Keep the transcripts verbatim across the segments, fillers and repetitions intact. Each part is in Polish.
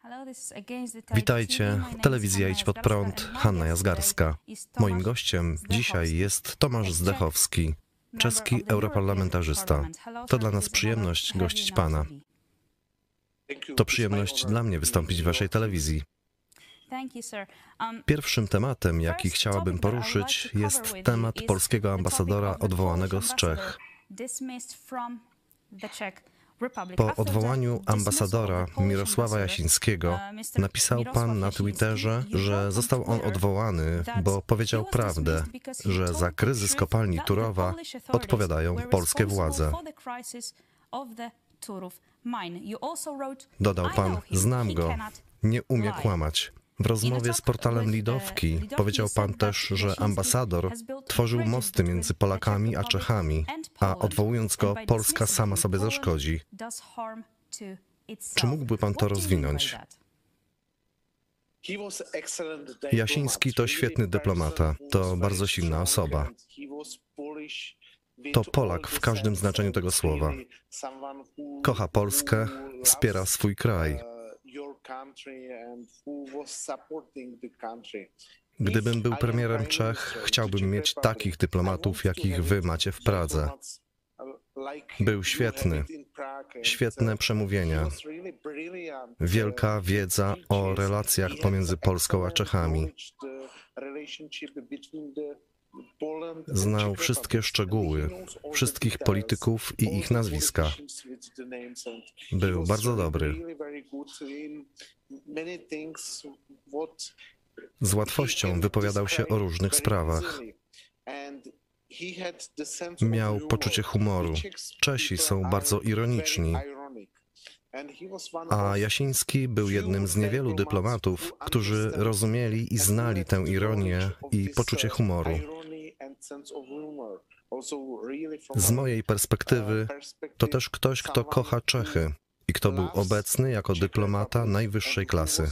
Witajcie, telewizja Idź Pod Prąd, Hanna Jazgarska. Moim gościem dzisiaj jest Tomasz Zdechowski, czeski europarlamentarzysta. To dla nas przyjemność gościć pana. To przyjemność dla mnie wystąpić w waszej telewizji. Pierwszym tematem, jaki chciałabym poruszyć, jest temat polskiego ambasadora odwołanego z Czech. Po odwołaniu ambasadora Mirosława Jasińskiego napisał pan na Twitterze, że został on odwołany, bo powiedział prawdę, że za kryzys kopalni Turowa odpowiadają polskie władze. Dodał pan: znam go, nie umie kłamać. W rozmowie z portalem Lidówki powiedział pan też, że ambasador tworzył mosty między Polakami a Czechami, a odwołując go, Polska sama sobie zaszkodzi. Czy mógłby pan to rozwinąć? Jasiński to świetny dyplomata, to bardzo silna osoba. To Polak w każdym znaczeniu tego słowa. Kocha Polskę, wspiera swój kraj. Gdybym był premierem Czech, chciałbym mieć takich dyplomatów, jakich wy macie w Pradze. Był świetny, świetne przemówienia, wielka wiedza o relacjach pomiędzy Polską a Czechami. Znał wszystkie szczegóły, wszystkich polityków i ich nazwiska. Był bardzo dobry. Z łatwością wypowiadał się o różnych sprawach. Miał poczucie humoru. Czesi są bardzo ironiczni. A Jasiński był jednym z niewielu dyplomatów, którzy rozumieli i znali tę ironię i poczucie humoru. Z mojej perspektywy to też ktoś, kto kocha Czechy i kto był obecny jako dyplomata najwyższej klasy.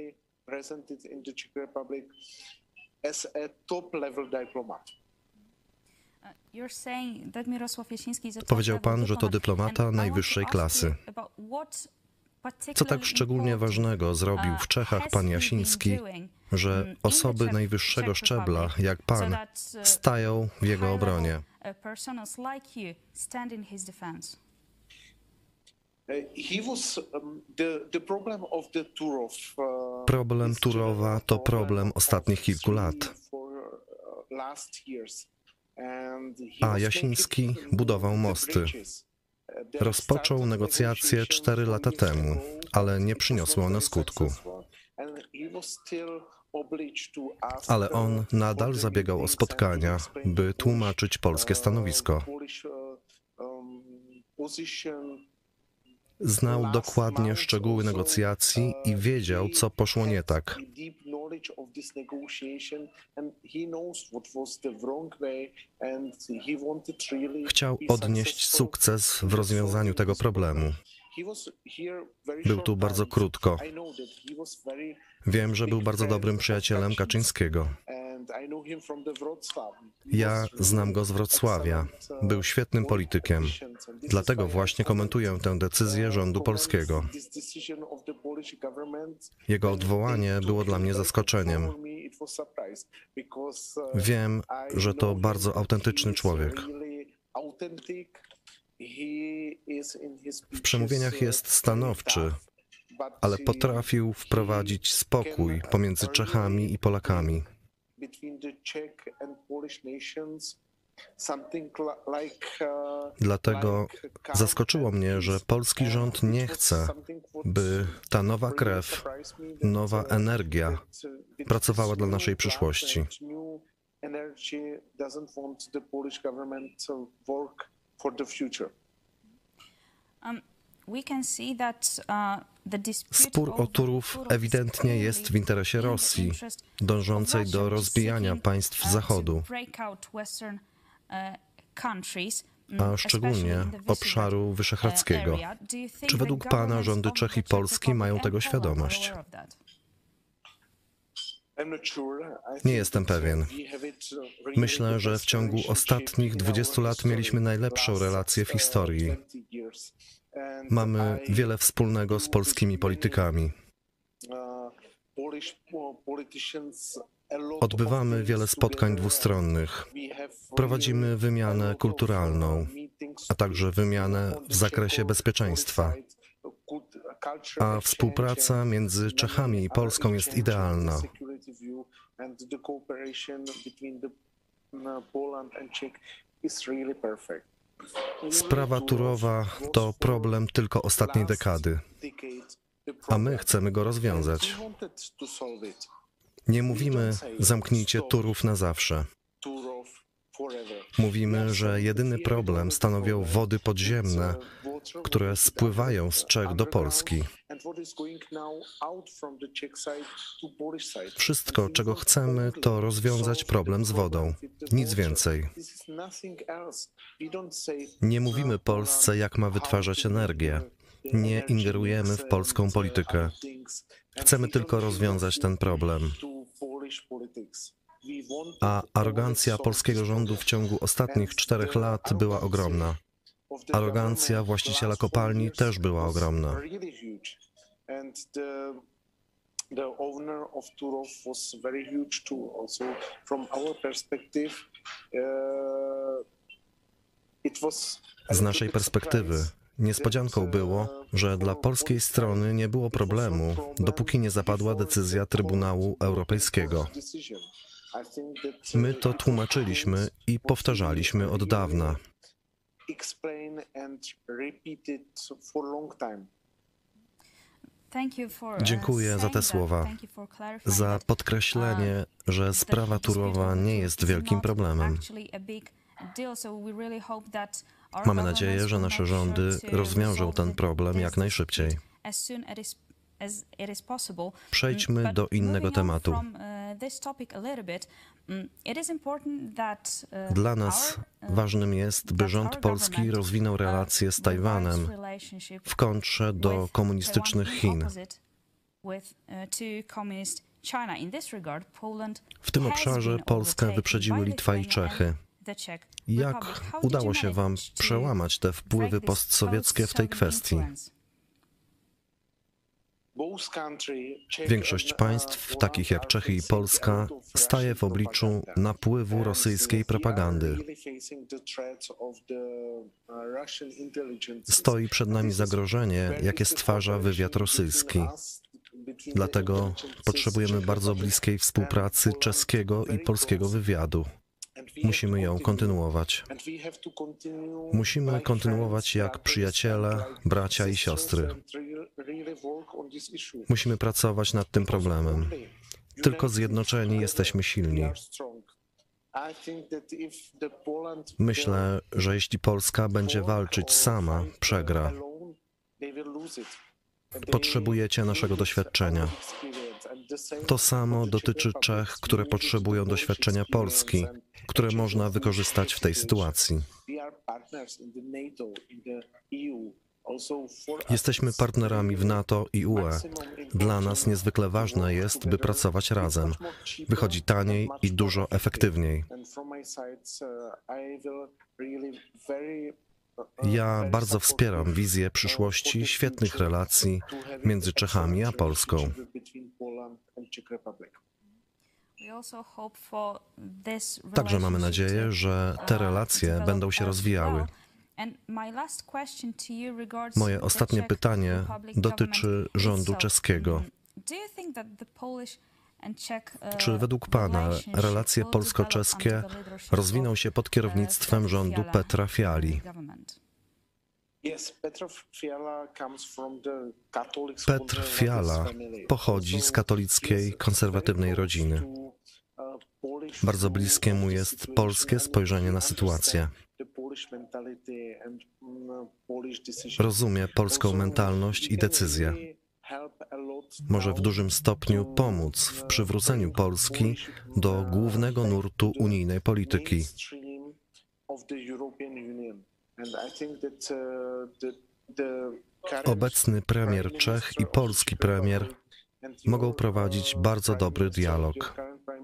Powiedział pan, że to dyplomata najwyższej klasy. Co tak szczególnie ważnego zrobił w Czechach pan Jasiński, że osoby najwyższego szczebla, jak pan, stają w jego obronie? Problem Turowa to problem ostatnich kilku lat. A Jasiński budował mosty. Rozpoczął negocjacje cztery lata temu, ale nie przyniosły one skutku. Ale on nadal zabiegał o spotkania, by tłumaczyć polskie stanowisko. Znał dokładnie szczegóły negocjacji i wiedział, co poszło nie tak. Chciał odnieść sukces w rozwiązaniu tego problemu. Był tu bardzo krótko. Wiem, że był bardzo dobrym przyjacielem Kaczyńskiego. Ja znam go z Wrocławia. Był świetnym politykiem. Dlatego właśnie komentuję tę decyzję rządu polskiego. Jego odwołanie było dla mnie zaskoczeniem. Wiem, że to bardzo autentyczny człowiek. W przemówieniach jest stanowczy, ale potrafił wprowadzić spokój pomiędzy Czechami i Polakami. Dlatego zaskoczyło mnie, że polski rząd nie chce, by ta nowa krew, nowa energia pracowała dla naszej przyszłości. Spór o Turów ewidentnie jest w interesie Rosji, dążącej do rozbijania państw Zachodu, a szczególnie obszaru wyszehradzkiego. Czy według pana rządy Czech i Polski mają tego świadomość? Nie jestem pewien. Myślę, że w ciągu ostatnich dwudziestu lat mieliśmy najlepszą relację w historii. Mamy wiele wspólnego z polskimi politykami. Odbywamy wiele spotkań dwustronnych. Prowadzimy wymianę kulturalną, a także wymianę w zakresie bezpieczeństwa. A współpraca między Czechami i Polską jest idealna. Sprawa Turowa to problem tylko ostatniej dekady, a my chcemy go rozwiązać. Nie mówimy zamknijcie Turów na zawsze. Mówimy, że jedyny problem stanowią wody podziemne, które spływają z Czech do Polski. Wszystko, czego chcemy, to rozwiązać problem z wodą. Nic więcej. Nie mówimy Polsce, jak ma wytwarzać energię. Nie ingerujemy w polską politykę. Chcemy tylko rozwiązać ten problem. A arogancja polskiego rządu w ciągu ostatnich czterech lat była ogromna. Arogancja właściciela kopalni też była ogromna. Z naszej perspektywy niespodzianką było, że dla polskiej strony nie było problemu, dopóki nie zapadła decyzja Trybunału Europejskiego. My to tłumaczyliśmy i powtarzaliśmy od dawna. Dziękuję za te słowa, za podkreślenie, że sprawa Turowa nie jest wielkim problemem. Mamy nadzieję, że nasze rządy rozwiążą ten problem jak najszybciej. Przejdźmy do innego tematu. Dla nas ważnym jest, by rząd polski rozwinął relacje z Tajwanem w kontrze do komunistycznych Chin. W tym obszarze Polskę wyprzedziły Litwa i Czechy. Jak udało się wam przełamać te wpływy postsowieckie w tej kwestii? Większość państw, takich jak Czechy i Polska, staje w obliczu napływu rosyjskiej propagandy. Stoi przed nami zagrożenie, jakie stwarza wywiad rosyjski. Dlatego potrzebujemy bardzo bliskiej współpracy czeskiego i polskiego wywiadu. Musimy ją kontynuować. Musimy kontynuować jak przyjaciele, bracia i siostry. Musimy pracować nad tym problemem. Tylko zjednoczeni jesteśmy silni. Myślę, że jeśli Polska będzie walczyć sama, przegra. Potrzebujecie naszego doświadczenia. To samo dotyczy Czech, które potrzebują doświadczenia Polski, które można wykorzystać w tej sytuacji. Jesteśmy partnerami w NATO i U E. Dla nas niezwykle ważne jest, by pracować razem. Wychodzi taniej i dużo efektywniej. Ja bardzo wspieram wizję przyszłości świetnych relacji między Czechami a Polską. Także mamy nadzieję, że te relacje będą się rozwijały. Moje ostatnie pytanie dotyczy rządu czeskiego. Czy według Pana relacje polsko-czeskie rozwiną się pod kierownictwem rządu Petra Fialy? Petr Fiala pochodzi z katolickiej, konserwatywnej rodziny. Bardzo bliskie mu jest polskie spojrzenie na sytuację. Rozumie polską mentalność i decyzję. Może w dużym stopniu pomóc w przywróceniu Polski do głównego nurtu unijnej polityki. Obecny premier Czech i polski premier mogą prowadzić bardzo dobry dialog.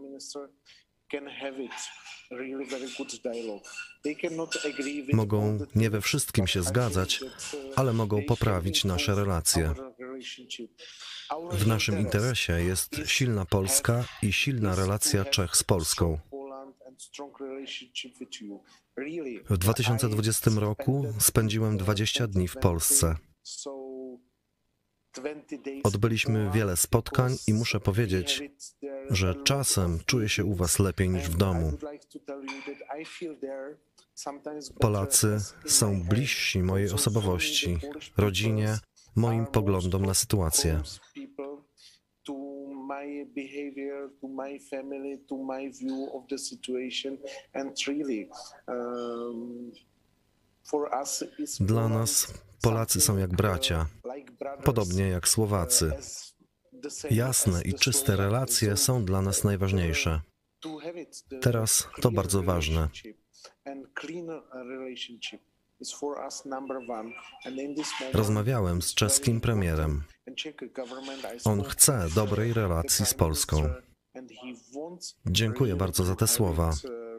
Mogą nie we wszystkim się zgadzać, ale mogą poprawić nasze relacje. W naszym interesie jest silna Polska i silna relacja Czech z Polską. W dwa tysiące dwudziestym roku spędziłem dwadzieścia dni w Polsce. Odbyliśmy wiele spotkań i muszę powiedzieć, że czasem czuję się u was lepiej niż w domu. Polacy są bliżsi mojej osobowości, rodzinie, moim poglądom na sytuację. Dla nas Polacy są jak bracia, podobnie jak Słowacy. Jasne i czyste relacje są dla nas najważniejsze. Teraz to bardzo ważne. Rozmawiałem z czeskim premierem. On chce dobrej relacji z Polską. Dziękuję bardzo za te słowa.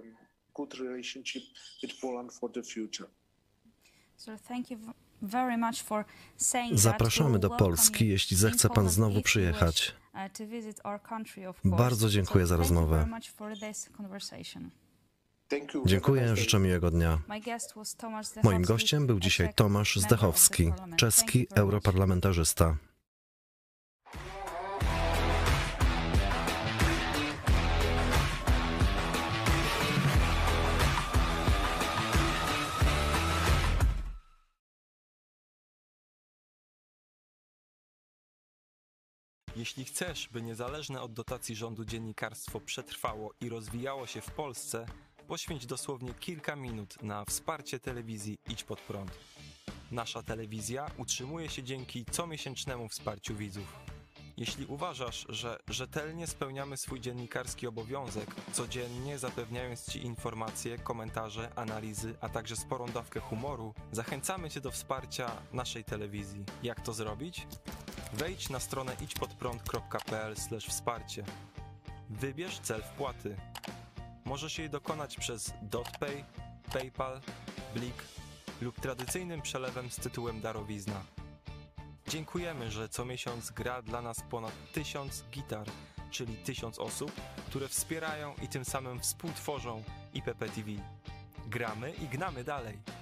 Zapraszamy do Polski, jeśli zechce pan znowu przyjechać. Bardzo dziękuję za rozmowę. Dziękuję, życzę miłego dnia. Moim gościem był dzisiaj Tomasz Zdechowski, czeski europarlamentarzysta. Jeśli chcesz, by niezależne od dotacji rządu dziennikarstwo przetrwało i rozwijało się w Polsce, poświęć dosłownie kilka minut na wsparcie telewizji Idź Pod Prąd. Nasza telewizja utrzymuje się dzięki comiesięcznemu wsparciu widzów. Jeśli uważasz, że rzetelnie spełniamy swój dziennikarski obowiązek, codziennie zapewniając Ci informacje, komentarze, analizy, a także sporą dawkę humoru, zachęcamy Cię do wsparcia naszej telewizji. Jak to zrobić? Wejdź na stronę idźpodprąd kropka p l slash wsparcie. Wybierz cel wpłaty. Możesz jej dokonać przez DotPay, PayPal, Blik lub tradycyjnym przelewem z tytułem darowizna. Dziękujemy, że co miesiąc gra dla nas ponad tysiąc gitar, czyli tysiąc osób, które wspierają i tym samym współtworzą I P P T V. Gramy i gnamy dalej.